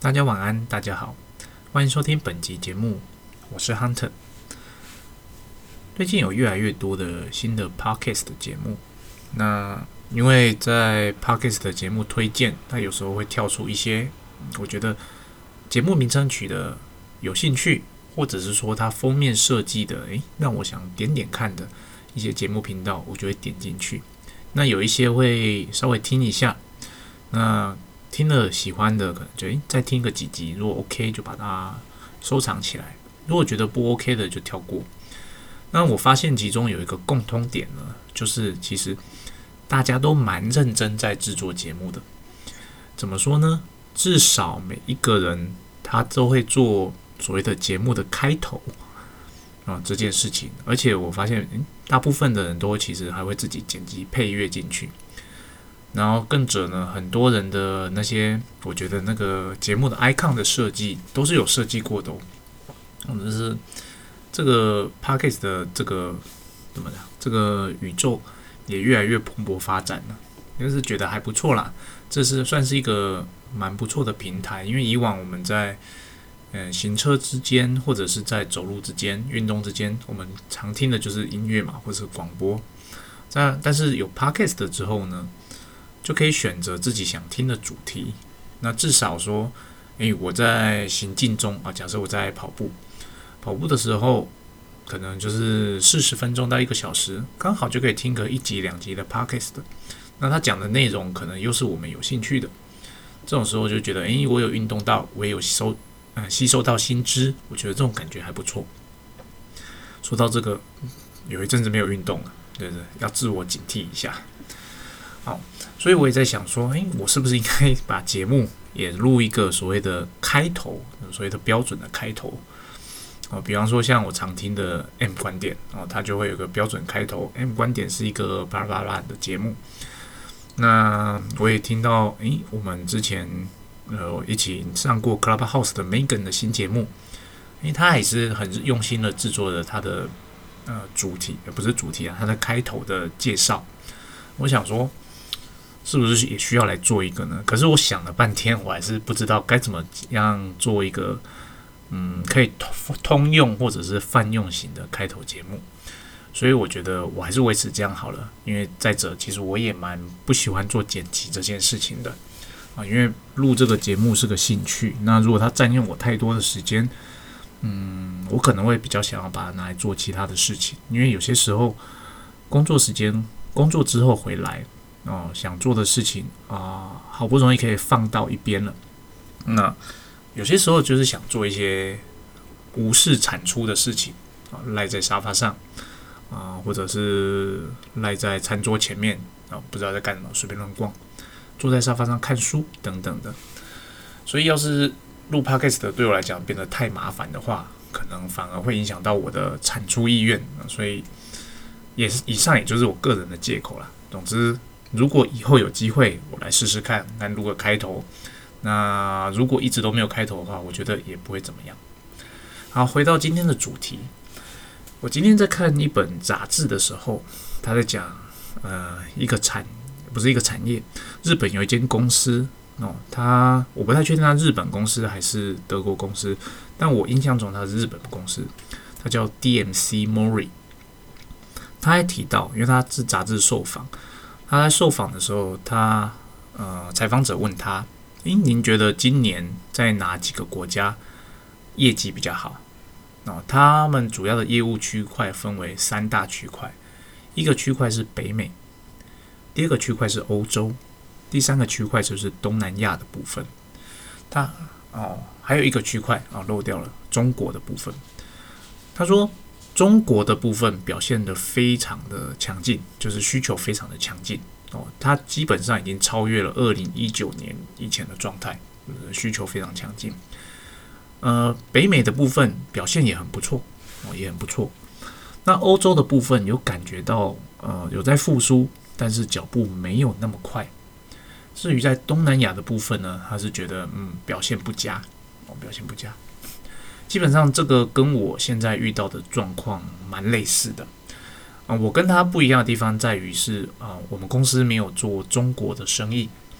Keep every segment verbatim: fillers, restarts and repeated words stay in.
大家晚安，大家好，欢迎收听本集节目，我是 Hunter。最近有越来越多的新的 Podcast 的节目，那因为在 Podcast 的节目推荐，它有时候会跳出一些我觉得节目名称取得有兴趣，或者是说它封面设计的，诶，让我想点点看的一些节目频道，我就会点进去。那有一些会稍微听一下，那听了喜欢的，可能就诶再听个几集，如果 OK 就把它收藏起来，如果觉得不 OK 的就跳过。那我发现其中有一个共通点呢，就是其实大家都蛮认真在制作节目的。怎么说呢？至少每一个人他都会做所谓的节目的开头啊这件事情，而且我发现，嗯，大部分的人都其实还会自己剪辑配乐进去。然后更者呢，很多人的那些，我觉得那个节目的 icon 的设计都是有设计过的哦。就是这个 podcast 的这个怎么讲，这个宇宙也越来越蓬勃发展了，就是觉得还不错啦。这是算是一个蛮不错的平台，因为以往我们在呃行车之间，或者是在走路之间、运动之间，我们常听的就是音乐嘛，或者是广播。但但是有 podcast 之后呢，就可以选择自己想听的主题。那至少说，诶，我在行进中啊，假设我在跑步，跑步的时候，可能就是四十分钟到一个小时，刚好就可以听个一集两集的 podcast。那他讲的内容可能又是我们有兴趣的，这种时候就觉得，诶，我有运动到，我也有吸收，呃，吸收到新知，我觉得这种感觉还不错。说到这个，有一阵子没有运动了，对不对？要自我警惕一下。好，所以我也在想说，诶，我是不是应该把节目也录一个所谓的开头，所谓的标准的开头？哦，比方说像我常听的 M 观点，哦，它就会有个标准开头。M 观点是一个巴拉巴拉的节目。那我也听到，诶，我们之前呃一起上过 Clubhouse 的 Megan 的新节目，诶，他也是很用心的制作了他的呃主题，也不是主题啊，他的开头的介绍。我想说，是不是也需要来做一个呢？可是我想了半天，我还是不知道该怎么样做一个，嗯，可以通用或者是泛用型的开头节目。所以我觉得我还是维持这样好了，因为再者，其实我也蛮不喜欢做剪辑这件事情的啊，因为录这个节目是个兴趣，那如果它占用我太多的时间，嗯，我可能会比较想要把它拿来做其他的事情，因为有些时候工作时间、工作之后回来。哦，想做的事情啊、呃，好不容易可以放到一边了。那有些时候就是想做一些无事产出的事情啊，赖在沙发上啊、呃，或者是赖在餐桌前面啊，不知道在干什么，随便乱逛，坐在沙发上看书等等的。所以，要是录 podcast 的对我来讲变得太麻烦的话，可能反而会影响到我的产出意愿。所以，也是以上也就是我个人的借口啦。总之。如果以后有机会，我来试试看，那录个开头。那如果一直都没有开头的话，我觉得也不会怎么样。好，回到今天的主题，我今天在看一本杂志的时候，他在讲呃一个产不是一个产业，日本有一间公司哦，它我不太确定它日本公司还是德国公司，但我印象中它是日本公司，它叫 D M C Mori。他还提到，因为他是杂志受访。他在受访的时候，他呃，采访者问他：“诶，您觉得今年在哪几个国家业绩比较好？”哦，他们主要的业务区块分为三大区块，一个区块是北美，第二个区块是欧洲，第三个区块就是东南亚的部分。他哦，还有一个区块啊、哦、漏掉了中国的部分。他说。中国的部分表现得非常的强劲，就是需求非常的强劲哦，它基本上已经超越了二零一九年以前的状态，需求非常强劲。呃，北美的部分表现也很不错哦，也很不错。那欧洲的部分有感觉到呃有在复苏，但是脚步没有那么快。至于在东南亚的部分呢，他是觉得嗯表现不佳哦，表现不佳。基本上这个跟我现在遇到的状况蛮类似的啊、呃，我跟他不一样的地方在于是啊、呃，我们公司没有做中国的生意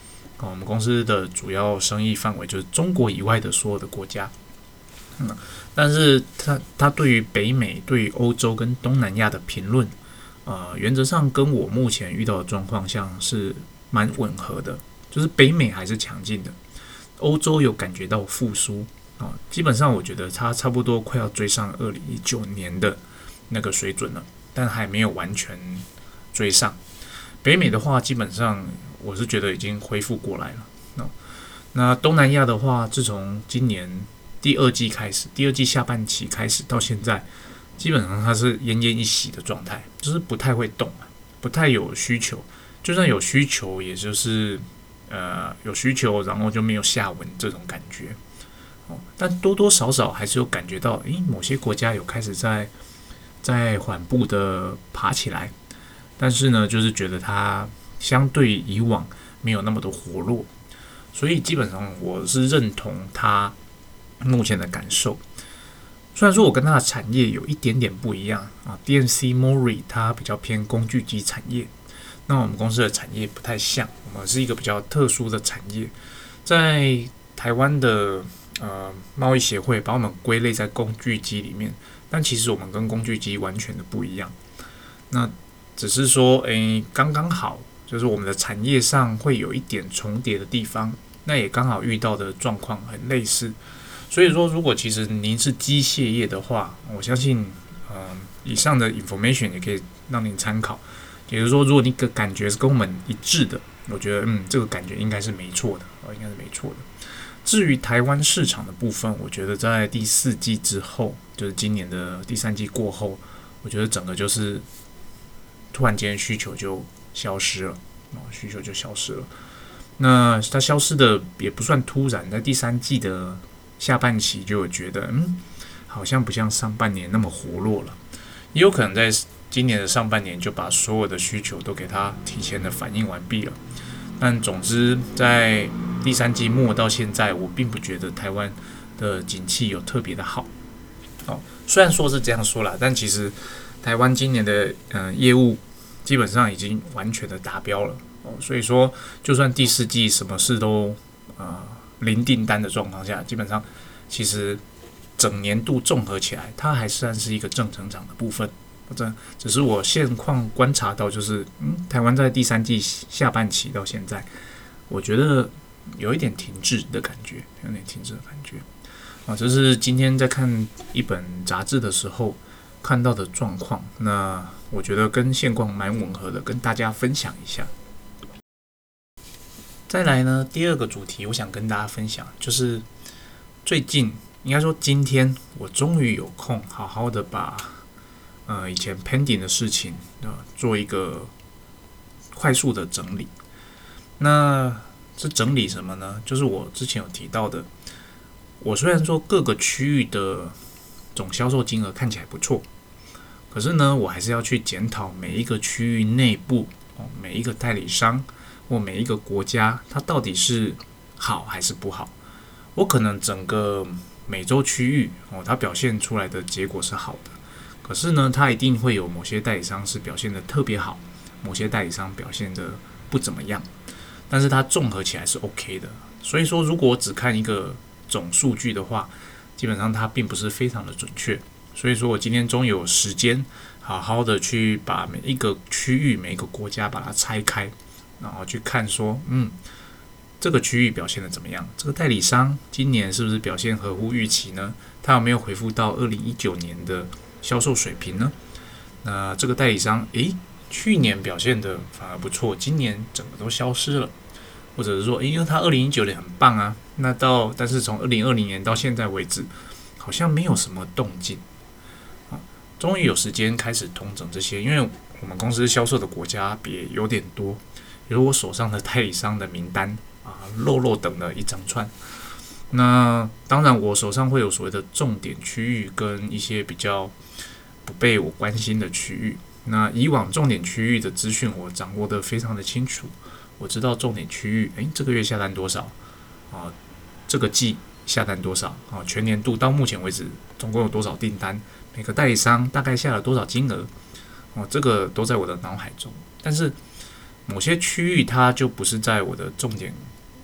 哦，我们公司的主要生意范围就是中国以外的所有的国家。嗯，但是他他对于北美、对于欧洲跟东南亚的评论，呃，原则上跟我目前遇到的状况像是蛮吻合的，就是北美还是强劲的，欧洲有感觉到复苏啊、哦，基本上我觉得它差不多快要追上二零一九年的那个水准了，但还没有完全追上。北美的话，基本上我是觉得已经恢复过来了。哦、那东南亚的话，自从今年第二季开始，第二季下半期开始到现在，基本上它是奄奄一息的状态，就是不太会动，不太有需求。就算有需求，也就是呃有需求，然后就没有下文这种感觉。哦，但多多少少还是有感觉到，诶，某些国家有开始在在缓步的爬起来，但是呢，就是觉得它相对以往没有那么的活络，所以基本上我是认同它目前的感受。虽然说我跟它的产业有一点点不一样啊 ，D N C Mori 它比较偏工具机产业，那我们公司的产业不太像，我们是一个比较特殊的产业，在台湾的呃贸易协会把我们归类在工具机里面，但其实我们跟工具机完全的不一样。那只是说，诶，刚刚好，就是我们的产业上会有一点重叠的地方，那也刚好遇到的状况很类似。所以说，如果其实您是机械业的话，我相信，呃，以上的 information 也可以让您参考。也就是说，如果你的感觉是跟我们一致的，我觉得，嗯，这个感觉应该是没错的，哦，应该是没错的。至于台湾市场的部分，我觉得在第四季之后，就是今年的第三季过后，我觉得整个就是突然间需求就消失了，哦，需求就消失了。那它消失的也不算突然，在第三季的下半期就有觉得，嗯，好像不像上半年那么活络了，也有可能在今年的上半年就把所有的需求都给它提前的反应完毕了。但总之，在第三季末到现在，我并不觉得台湾的景气有特别的好。哦，虽然说是这样说啦，但其实台湾今年的呃业务基本上已经完全的达标了。哦，所以说，就算第四季什么事都呃零订单的状况下，基本上其实整年度综合起来，它还算是一个正成长的部分。这只是我现况观察到，就是嗯，台湾在第三季下半期到现在，我觉得有一点停滞的感觉，有点停滞的感觉啊。这是今天在看一本杂志的时候看到的状况，那我觉得跟现况蛮吻合的，跟大家分享一下。再来呢，第二个主题，我想跟大家分享，就是最近应该说今天，我终于有空好好的把呃以前 pending 的事情呃做一个快速的整理。那是整理什么呢？就是我之前有提到的，我虽然说各个区域的总销售金额看起来不错，可是呢，我还是要去检讨每一个区域内部哦，每一个代理商或每一个国家，它到底是好还是不好。我可能整个美洲区域哦，它表现出来的结果是好的，可是呢，它一定会有某些代理商是表现的特别好，某些代理商表现的不怎么样，但是它综合起来是 OK 的。所以说，如果我只看一个总数据的话，基本上它并不是非常的准确。所以说我今天终于有时间好好的去把每一个区域、每一个国家把它拆开，然后去看说，嗯，这个区域表现的怎么样？这个代理商今年是不是表现合乎预期呢？他有没有回复到二零一九年的销售水平呢？那这个代理商，诶，去年表现的反而不错，今年整个都消失了，或者是说，诶，因为他二零一九年很棒啊，那到但是从二零二零年到现在为止，好像没有什么动静。终于有时间开始统整这些，因为我们公司销售的国家也有点多，比如我手上的代理商的名单啊，漏漏等了一长串。那当然，我手上会有所谓的重点区域跟一些比较不被我关心的区域。那以往重点区域的资讯我掌握得非常的清楚，我知道重点区域，诶，这个月下单多少啊？这个季下单多少啊？全年度到目前为止总共有多少订单？每个代理商大概下了多少金额？哦，这个都在我的脑海中。但是某些区域它就不是在我的重点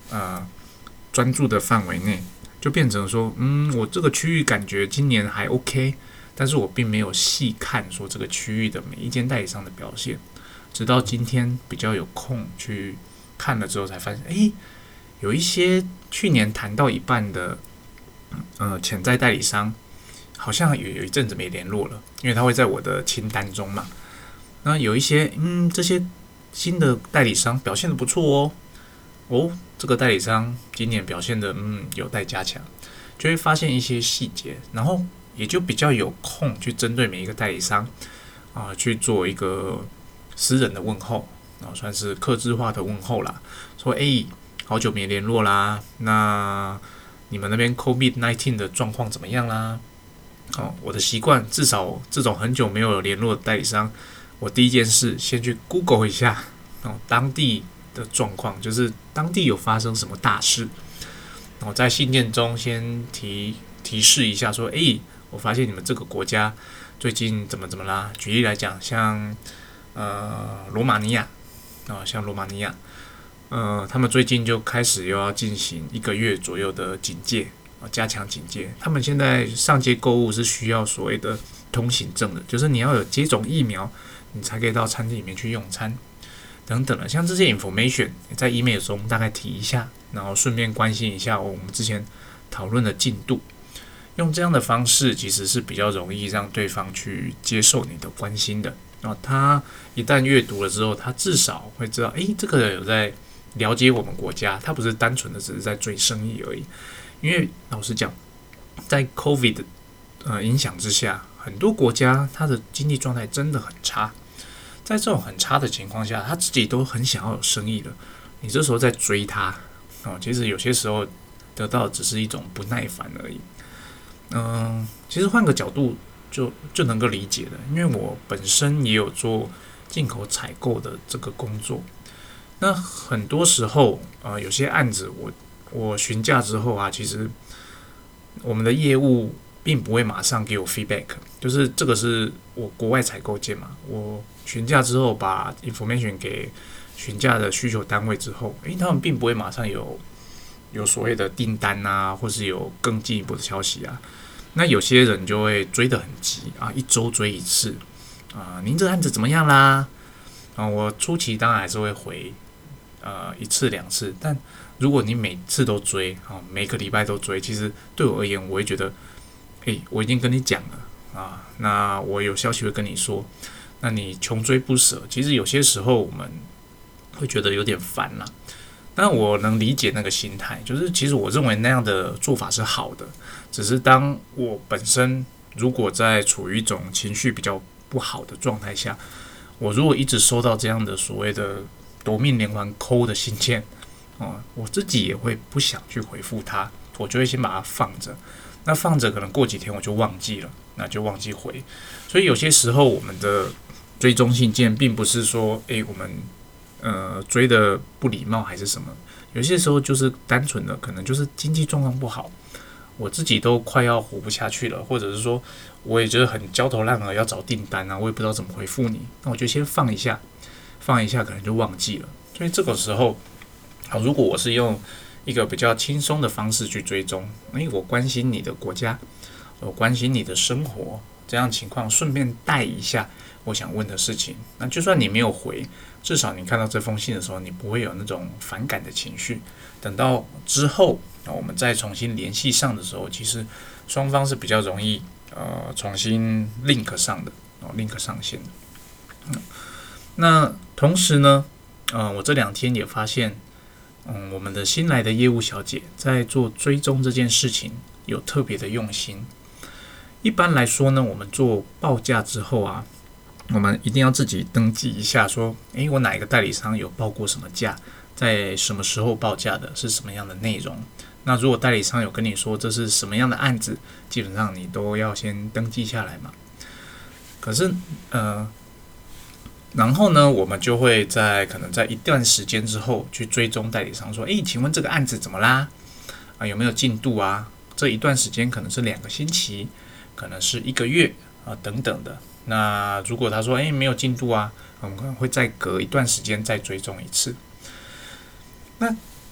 呃专注的范围内，就变成说，嗯，我这个区域感觉今年还 OK， 但是我并没有细看说这个区域的每一间代理商的表现，直到今天比较有空去看了之后，才发现，哎，有一些去年谈到一半的呃潜在代理商，好像有有一阵子没联络了，因为他会在我的清单中嘛。那有一些，嗯，这些新的代理商表现得不错哦，哦，这个代理商今年表现的嗯有待加强，就会发现一些细节，然后也就比较有空去针对每一个代理商啊、呃、去做一个私人的问候，然后算是客制化的问候啦。说哎，好久没联络啦，那你们那边 COVID 十九 的状况怎么样啦？哦，我的习惯，至少这种很久没有联络的代理商，我第一件事先去 Google 一下哦，当地的状况，就是当地有发生什么大事，然后在信件中先提提示一下说，诶，我发现你们这个国家最近怎么怎么啦？举例来讲，像呃罗马尼亚啊、哦，像罗马尼亚，呃，他们最近就开始又要进行一个月左右的警戒啊，加强警戒。他们现在上街购物是需要所谓的通行证的，就是你要有接种疫苗，你才可以到餐厅里面去用餐。等等的，像这些 information 在 email 中大概提一下，然后顺便关心一下、哦、我们之前讨论的进度。用这样的方式其实是比较容易让对方去接受你的关心的。然后他一旦阅读了之后，他至少会知道，诶，这个人有在了解我们国家，他不是单纯的只是在追生意而已。因为老实讲，在 COVID 的、呃、影响之下，很多国家它的经济状态真的很差。在这种很差的情况下，他自己都很想要有生意了，你这时候在追他，哦，其实有些时候得到的只是一种不耐烦而已。嗯，其实换个角度就就能够理解了，因为我本身也有做进口采购的这个工作。那很多时候，呃，有些案子我我询价之后啊，其实我们的业务并不会马上给我 feedback， 就是这个是我国外采购件嘛，我询价之后把 information 给询价的需求单位之后，诶，他们并不会马上有有所谓的订单啊，或是有更进一步的消息啊。那有些人就会追得很急啊，一周追一次啊，您这案子怎么样啦？啊，我初期当然还是会回呃一次两次，但如果你每次都追啊，每个礼拜都追，其实对我而言，我会觉得，诶，我已经跟你讲了啊，那我有消息会跟你说。那你穷追不舍，其实有些时候我们会觉得有点烦啦。但我能理解那个心态，就是其实我认为那样的做法是好的，只是当我本身如果在处于一种情绪比较不好的状态下，我如果一直收到这样的所谓的夺命连环扣的信件，哦，我自己也会不想去回复他，我就会先把它放着。那放着可能过几天我就忘记了，那就忘记回。所以有些时候我们的追踪信件并不是说，诶，我们呃追的不礼貌还是什么，有些时候就是单纯的可能就是经济状况不好，我自己都快要活不下去了，或者是说我也觉得很焦头烂额要找订单啊，我也不知道怎么回复你，那我就先放一下，放一下可能就忘记了。所以这个时候，好，如果我是用一个比较轻松的方式去追踪，诶，我关心你的国家，我关心你的生活，这样情况顺便带一下我想问的事情，那就算你没有回，至少你看到这封信的时候，你不会有那种反感的情绪。等到之后我们再重新联系上的时候，其实双方是比较容易呃重新 link 上的，哦 link 上线的。嗯，那同时呢，呃，我这两天也发现，嗯，我们的新来的业务小姐在做追踪这件事情有特别的用心。一般来说呢，我们做报价之后啊，我们一定要自己登记一下，说，诶，我哪一个代理商有报过什么价，在什么时候报价的，是什么样的内容。那如果代理商有跟你说这是什么样的案子，基本上你都要先登记下来嘛。可是，呃，然后呢，我们就会在可能在一段时间之后去追踪代理商，说，诶，请问这个案子怎么啦？啊，有没有进度啊？这一段时间可能是两个星期，可能是一个月啊，等等的。那如果他说，诶，没有进度啊，我们可能会再隔一段时间再追踪一次。那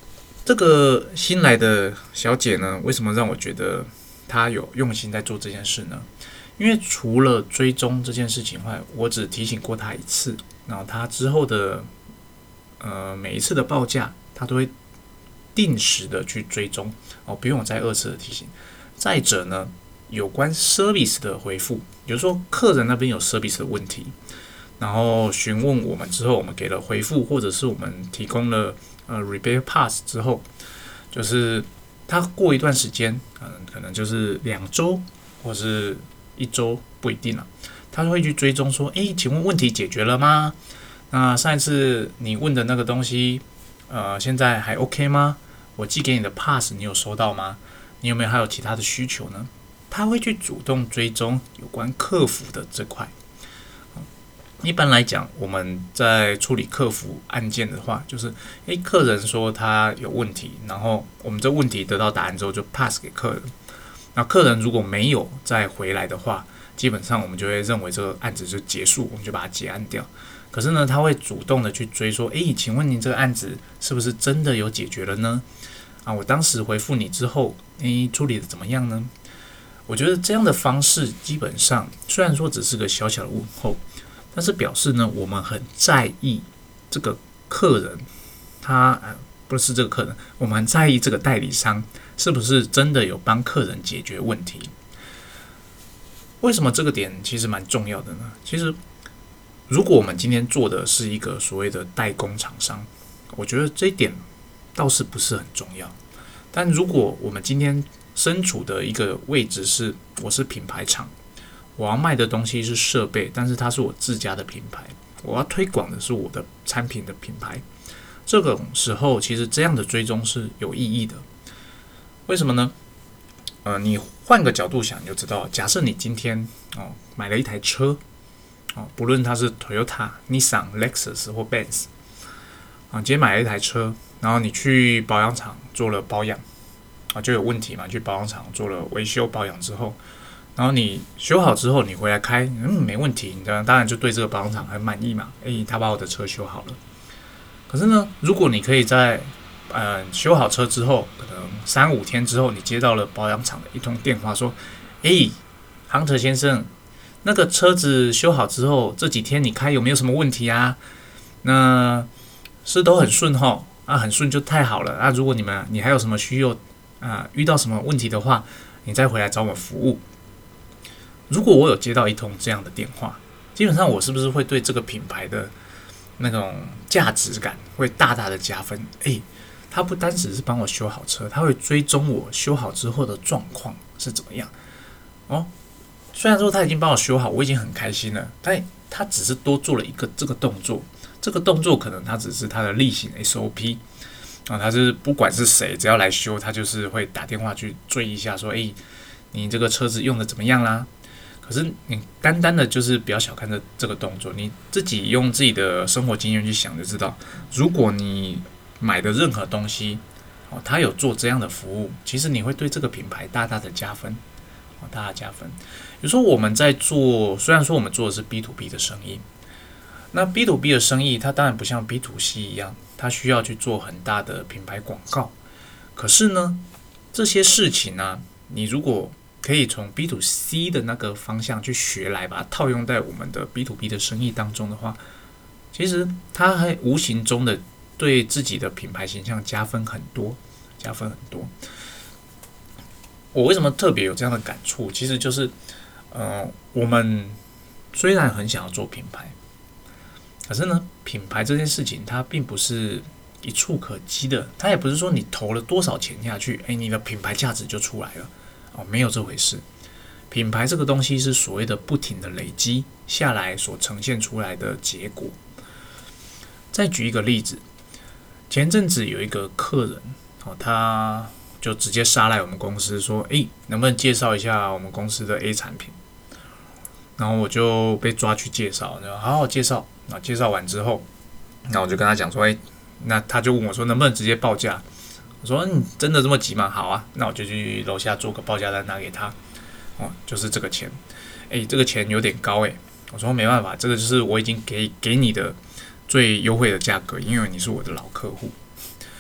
这个新来的小姐呢，为什么让我觉得她有用心在做这件事呢？因为除了追踪这件事情外，我只提醒过她一次，然后她之后的呃每一次的报价，她都会定时的去追踪哦，不用我再二次的提醒。再者呢，有关 service 的回复，比如说客人那边有 service 的问题，然后询问我们之后，我们给了回复，或者是我们提供了呃 repair pass 之后，就是他过一段时间，嗯，可能就是两周或是一周，不一定了，他会去追踪说，诶，请问问题解决了吗？那上一次你问的那个东西，呃，现在还 OK 吗？我寄给你的 pass 你有收到吗？你有没有还有其他的需求呢？他会去主动追踪有关客服的这块。一般来讲，我们在处理客服案件的话，就是诶，客人说他有问题，然后我们这问题得到答案之后就 pass 给客人。那客人如果没有再回来的话，基本上我们就会认为这个案子就结束，我们就把它结案掉。可是呢，他会主动的去追说，诶，请问您这个案子是不是真的有解决了呢？啊，我当时回复你之后，诶，处理的怎么样呢？我觉得这样的方式基本上虽然说只是个小小的问候，但是表示呢，我们很在意这个客人，他呃不是这个客人，我们很在意这个代理商是不是真的有帮客人解决问题。为什么这个点其实蛮重要的呢？其实，如果我们今天做的是一个所谓的代工厂商，我觉得这一点倒是不是很重要。但如果我们今天身处的一个位置是，我是品牌厂，我要卖的东西是设备，但是它是我自家的品牌，我要推广的是我的产品的品牌。这种时候，其实这样的追踪是有意义的。为什么呢？呃，你换个角度想，你就知道。假设你今天哦买了一台车，哦，不论它是 Toyota、Nissan、Lexus 或 Benz， 啊，今天买了一台车，然后你去保养厂做了保养，啊，就有问题嘛，去保养厂做了维修保养之后。然后你修好之后，你回来开，嗯，没问题，你当然就对这个保养厂很满意嘛。诶，他把我的车修好了。可是呢，如果你可以在呃修好车之后，可能三五天之后，你接到了保养厂的一通电话，说，诶，Hunter 先生，那个车子修好之后，这几天你开有没有什么问题啊？那是都很顺齁，啊，很顺就太好了。啊，如果你们你还有什么需要啊、呃，遇到什么问题的话，你再回来找我服务。如果我有接到一通这样的电话，基本上我是不是会对这个品牌的那种价值感会大大的加分？诶，他不单只是帮我修好车，他会追踪我修好之后的状况是怎么样。哦，虽然说他已经帮我修好，我已经很开心了，但他只是多做了一个这个动作，这个动作可能他只是他的例行 S O P 啊，他是不管是谁只要来修，他就是会打电话去追一下，说，诶，你这个车子用的怎么样啦？可是你单单的就是不要小看这这个动作，你自己用自己的生活经验去想就知道，如果你买的任何东西，哦，他有做这样的服务，其实你会对这个品牌大大的加分，哦，大大加分。比如说我们在做，虽然说我们做的是 B to B 的生意，那 B to B 的生意，它当然不像 B to C 一样，它需要去做很大的品牌广告。可是呢，这些事情呢、啊，你如果可以从 B to C 的那个方向去学来，把它套用在我们的 B to B 的生意当中的话，其实它还无形中的对自己的品牌形象加分很多，加分很多。我为什么特别有这样的感触？其实就是，呃，我们虽然很想要做品牌，可是呢，品牌这件事情它并不是一触可及的，它也不是说你投了多少钱下去，哎，你的品牌价值就出来了。哦，没有这回事。品牌这个东西是所谓的不停的累积下来所呈现出来的结果。再举一个例子，前阵子有一个客人，哦，他就直接杀来我们公司说，诶，能不能介绍一下我们公司的 A 产品？然后我就被抓去介绍，然后好好介绍。那介绍完之后，那我就跟他讲说，诶，那他就问我说，能不能直接报价？我说，你真的这么急吗？好啊，那我就去楼下做个报价单拿给他，哦，就是这个钱，哎，这个钱有点高哎。我说没办法，这个就是我已经给给你的最优惠的价格，因为你是我的老客户。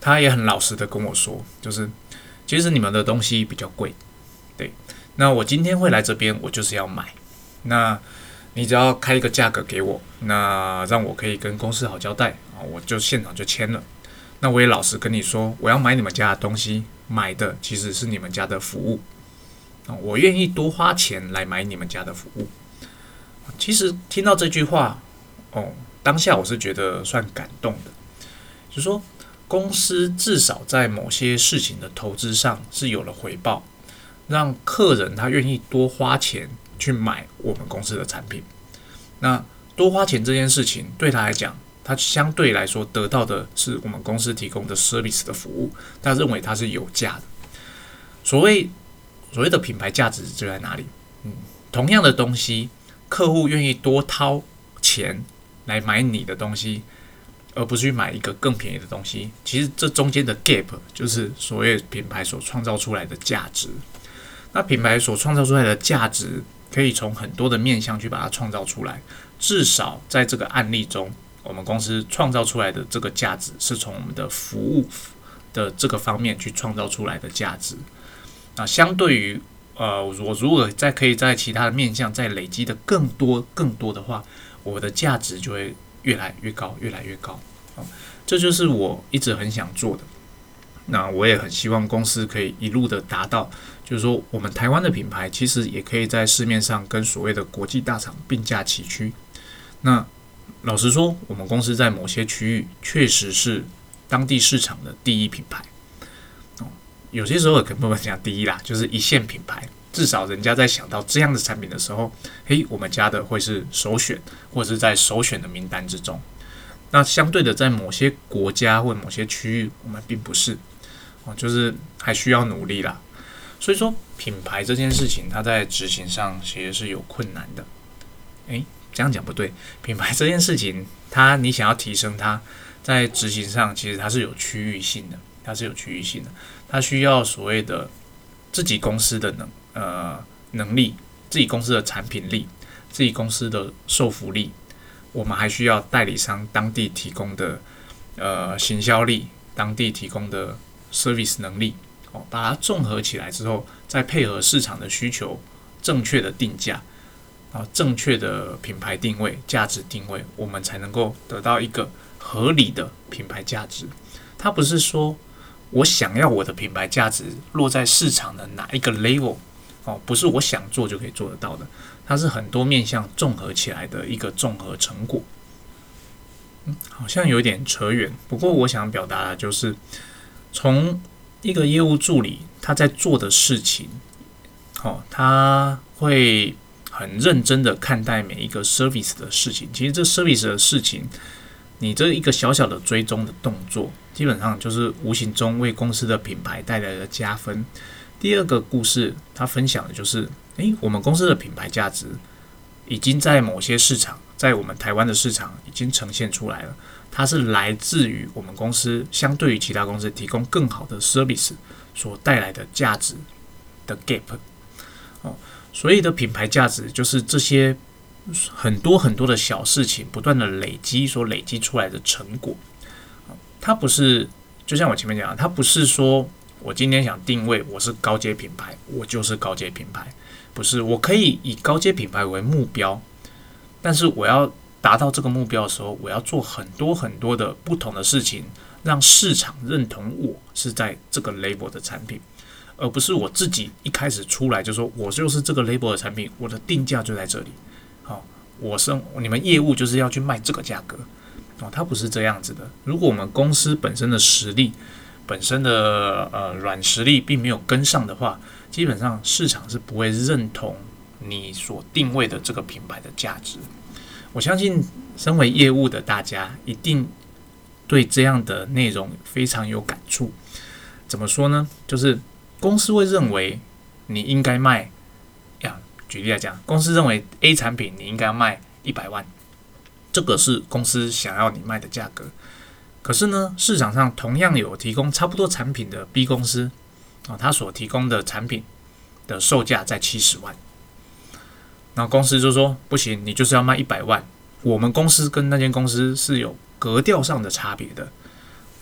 他也很老实的跟我说，就是其实你们的东西比较贵，对，那我今天会来这边，我就是要买，那你只要开一个价格给我，那让我可以跟公司好交代啊，我就现场就签了。那我也老实跟你说，我要买你们家的东西，买的其实是你们家的服务啊，我愿意多花钱来买你们家的服务。其实听到这句话，哦，当下我是觉得算感动的，就是说公司至少在某些事情的投资上是有了回报，让客人他愿意多花钱去买我们公司的产品。那多花钱这件事情对他来讲，他相对来说得到的是我们公司提供的 service 的服务，他认为它是有价的。所谓所谓的品牌价值就在哪里？嗯，同样的东西，客户愿意多掏钱来买你的东西，而不是去买一个更便宜的东西。其实这中间的 gap 就是所谓品牌所创造出来的价值。那品牌所创造出来的价值，可以从很多的面向去把它创造出来。至少在这个案例中，我们公司创造出来的这个价值，是从我们的服务的这个方面去创造出来的价值。那相对于呃，我如果再可以在其他的面向再累积的更多更多的话，我的价值就会越来越高，越来越高。哦，这就是我一直很想做的。那我也很希望公司可以一路的达到，就是说我们台湾的品牌其实也可以在市面上跟所谓的国际大厂并驾齐驱。那老实说，我们公司在某些区域确实是当地市场的第一品牌。哦，有些时候可能不能讲第一啦，就是一线品牌。至少人家在想到这样的产品的时候，嘿，我们家的会是首选，或者是在首选的名单之中。那相对的，在某些国家或某些区域，我们并不是，哦，就是还需要努力啦。所以说，品牌这件事情，它在执行上其实是有困难的。诶，这样讲不对，品牌这件事情，它你想要提升它，在执行上其实它是有区域性的，它是有区域性的，它需要所谓的自己公司的能呃能力，自己公司的产品力，自己公司的售服力，我们还需要代理商当地提供的呃行销力，当地提供的 service 能力，哦，把它综合起来之后，再配合市场的需求，正确的定价。啊，正确的品牌定位、价值定位，我们才能够得到一个合理的品牌价值。它不是说我想要我的品牌价值落在市场的哪一个 level， 哦，不是我想做就可以做得到的。它是很多面向综合起来的一个综合成果。嗯，好像有点扯远，不过我想表达的就是，从一个业务助理他在做的事情，哦，他会很认真的看待每一个 service 的事情。其实这 service 的事情，你这一个小小的追踪的动作，基本上就是无形中为公司的品牌带来了加分。第二个故事，他分享的就是，诶，我们公司的品牌价值已经在某些市场，在我们台湾的市场已经呈现出来了。它是来自于我们公司相对于其他公司提供更好的 service 所带来的价值的 gap。哦，所以的品牌价值就是这些很多很多的小事情不断的累积所累积出来的成果。它不是就像我前面讲的，它不是说我今天想定位我是高阶品牌，我就是高阶品牌，不是，我可以以高阶品牌为目标，但是我要达到这个目标的时候，我要做很多很多的不同的事情，让市场认同我是在这个 level 的产品。而不是我自己一开始出来就说我就是这个 label 的产品，我的定价就在这里。好，哦，我是你们业务就是要去卖这个价格。哦，它不是这样子的。如果我们公司本身的实力、本身的呃软实力并没有跟上的话，基本上市场是不会认同你所定位的这个品牌的价值。我相信，身为业务的大家一定对这样的内容非常有感触。怎么说呢？就是公司会认为你应该卖，呀，举例来讲，公司认为 A 产品你应该要卖一百万，这个是公司想要你卖的价格。可是呢，市场上同样有提供差不多产品的 B 公司，哦，它所提供的产品的售价在七十万，然后公司就说不行，你就是要卖一百万。我们公司跟那间公司是有格调上的差别的。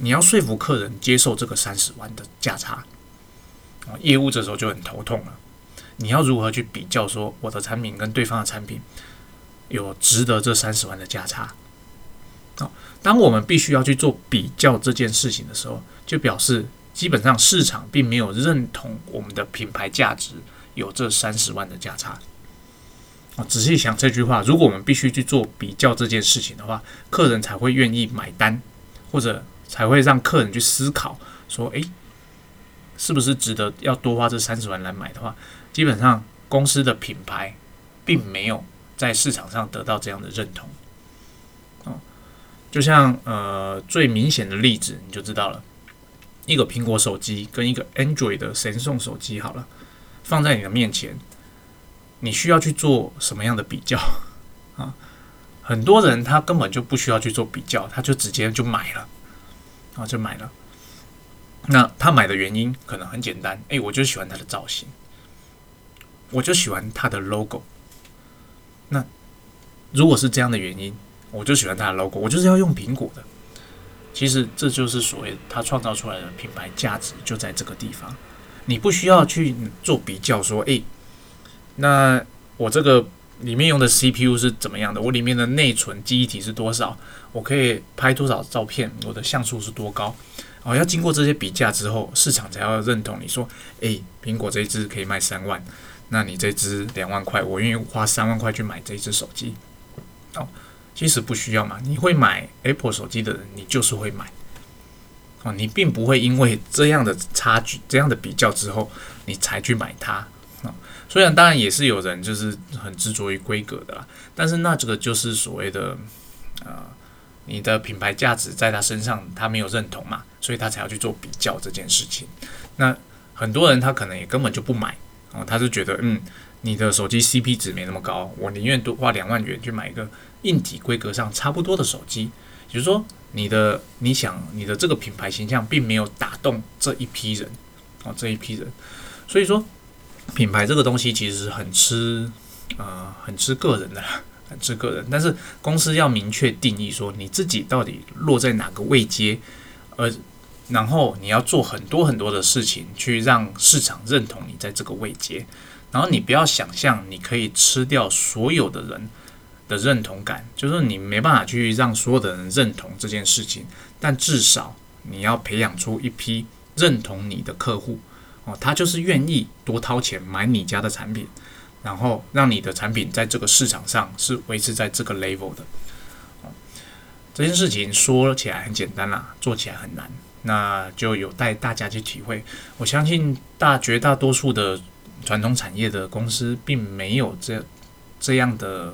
你要说服客人接受这个三十万的价差，业务这时候就很头痛了。你要如何去比较说我的产品跟对方的产品有值得这三十万的价差？当我们必须要去做比较这件事情的时候，就表示基本上市场并没有认同我们的品牌价值有这三十万的价差。仔细想这句话，如果我们必须去做比较这件事情的话，客人才会愿意买单，或者才会让客人去思考说，诶，是不是值得要多花这三十万来买的话，基本上公司的品牌并没有在市场上得到这样的认同。哦，就像呃最明显的例子你就知道了，一个苹果手机跟一个 Android 的神送手机好了，放在你的面前，你需要去做什么样的比较啊？很多人他根本就不需要去做比较，他就直接就买了，啊，就买了。那他买的原因可能很简单，哎，我就喜欢它的造型，我就喜欢它的 logo。那如果是这样的原因，我就喜欢它的 logo， 我就是要用苹果的。其实这就是所谓他创造出来的品牌价值，就在这个地方。你不需要去做比较，说，哎，那我这个里面用的 C P U 是怎么样的？我里面的内存记忆体是多少？我可以拍多少照片？我的像素是多高？哦，要经过这些比价之后，市场才要认同你说，哎，苹果这一支可以卖三万，那你这支两万块，我愿意花三万块去买这一支手机。哦，其实不需要嘛，你会买 Apple 手机的人，你就是会买。哦，你并不会因为这样的差距、这样的比较之后，你才去买它。哦，虽然当然也是有人就是很执着于规格的啦，但是那这个就是所谓的呃，你的品牌价值在他身上他没有认同嘛，所以他才要去做比较这件事情。那很多人他可能也根本就不买，哦，他就觉得嗯，你的手机 C P 值没那么高，我宁愿多花两万元去买一个硬体规格上差不多的手机。也就是说，你的你想你的这个品牌形象并没有打动这一批人，哦，这一批人，所以说品牌这个东西其实很吃呃很吃个人的，很吃个人。但是公司要明确定义说你自己到底落在哪个位阶，而然后你要做很多很多的事情去让市场认同你在这个位阶，然后你不要想象你可以吃掉所有的人的认同感，就是你没办法去让所有的人认同这件事情，但至少你要培养出一批认同你的客户，哦，他就是愿意多掏钱买你家的产品，然后让你的产品在这个市场上是维持在这个 level 的。哦，这件事情说起来很简单啦，做起来很难，那就有待大家去体会。我相信大绝大多数的传统产业的公司并没有这这样的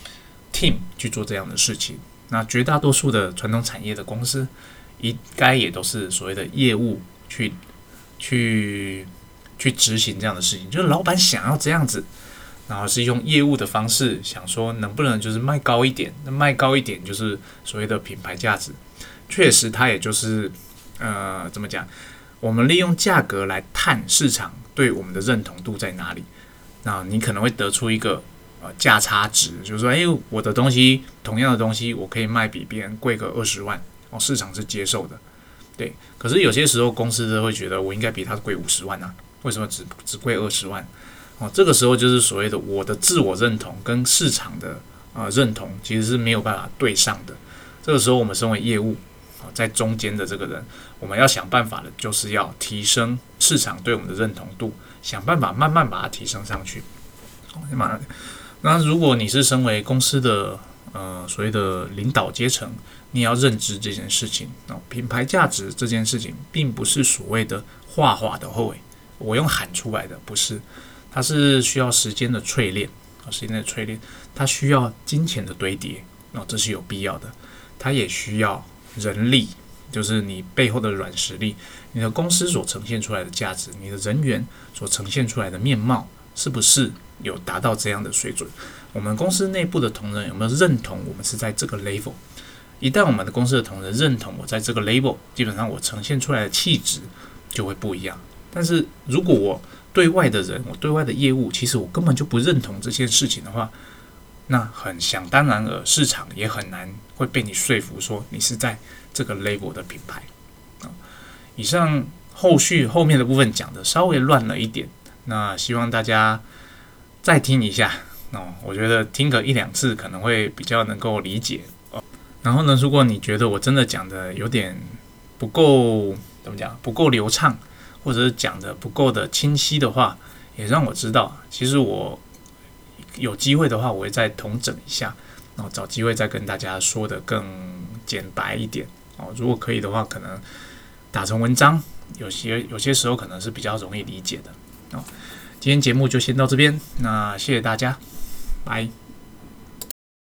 team 去做这样的事情，那绝大多数的传统产业的公司，应该也都是所谓的业务去去去执行这样的事情，就是老板想要这样子，然后是用业务的方式想说能不能就是卖高一点，那卖高一点就是所谓的品牌价值。确实，它也就是呃怎么讲，我们利用价格来探市场对我们的认同度在哪里，那你可能会得出一个呃，价差值，就是说，哎，我的东西同样的东西，我可以卖比别人贵个二十万，哦，市场是接受的，对。可是有些时候公司都会觉得我应该比他贵五十万啊，为什么只只贵二十万？哦，这个时候就是所谓的我的自我认同跟市场的呃认同其实是没有办法对上的。这个时候我们身为业务，哦，在中间的这个人，我们要想办法的就是要提升市场对我们的认同度，想办法慢慢把它提升上去。哦，那如果你是身为公司的呃所谓的领导阶层，你也要认知这件事情，哦，品牌价值这件事情并不是所谓的画画的后尾，我用喊出来的不是，它是需要时间的淬炼，时间的淬炼，它需要金钱的堆叠，哦，这是有必要的，它也需要人力，就是你背后的软实力，你的公司所呈现出来的价值，你的人员所呈现出来的面貌，是不是有达到这样的水准？我们公司内部的同仁有没有认同我们是在这个 level？ 一旦我们的公司的同仁认同我在这个 level， 基本上我呈现出来的气质就会不一样。但是如果我对外的人，我对外的业务，其实我根本就不认同这件事情的话，那很想当然了，市场也很难会被你说服说你是在这个 level 的品牌。 以上后续后面的部分讲的稍微乱了一点，那希望大家再听一下哦。我觉得听个一两次可能会比较能够理解哦。然后呢，如果你觉得我真的讲的有点不够怎么讲，不够流畅，或者是讲的不够的清晰的话，也让我知道。其实我有机会的话，我会再统整一下，然后找机会再跟大家说的更简白一点哦。如果可以的话，可能打成文章，有些有些时候可能是比较容易理解的哦。今天节目就先到这边，那谢谢大家，拜。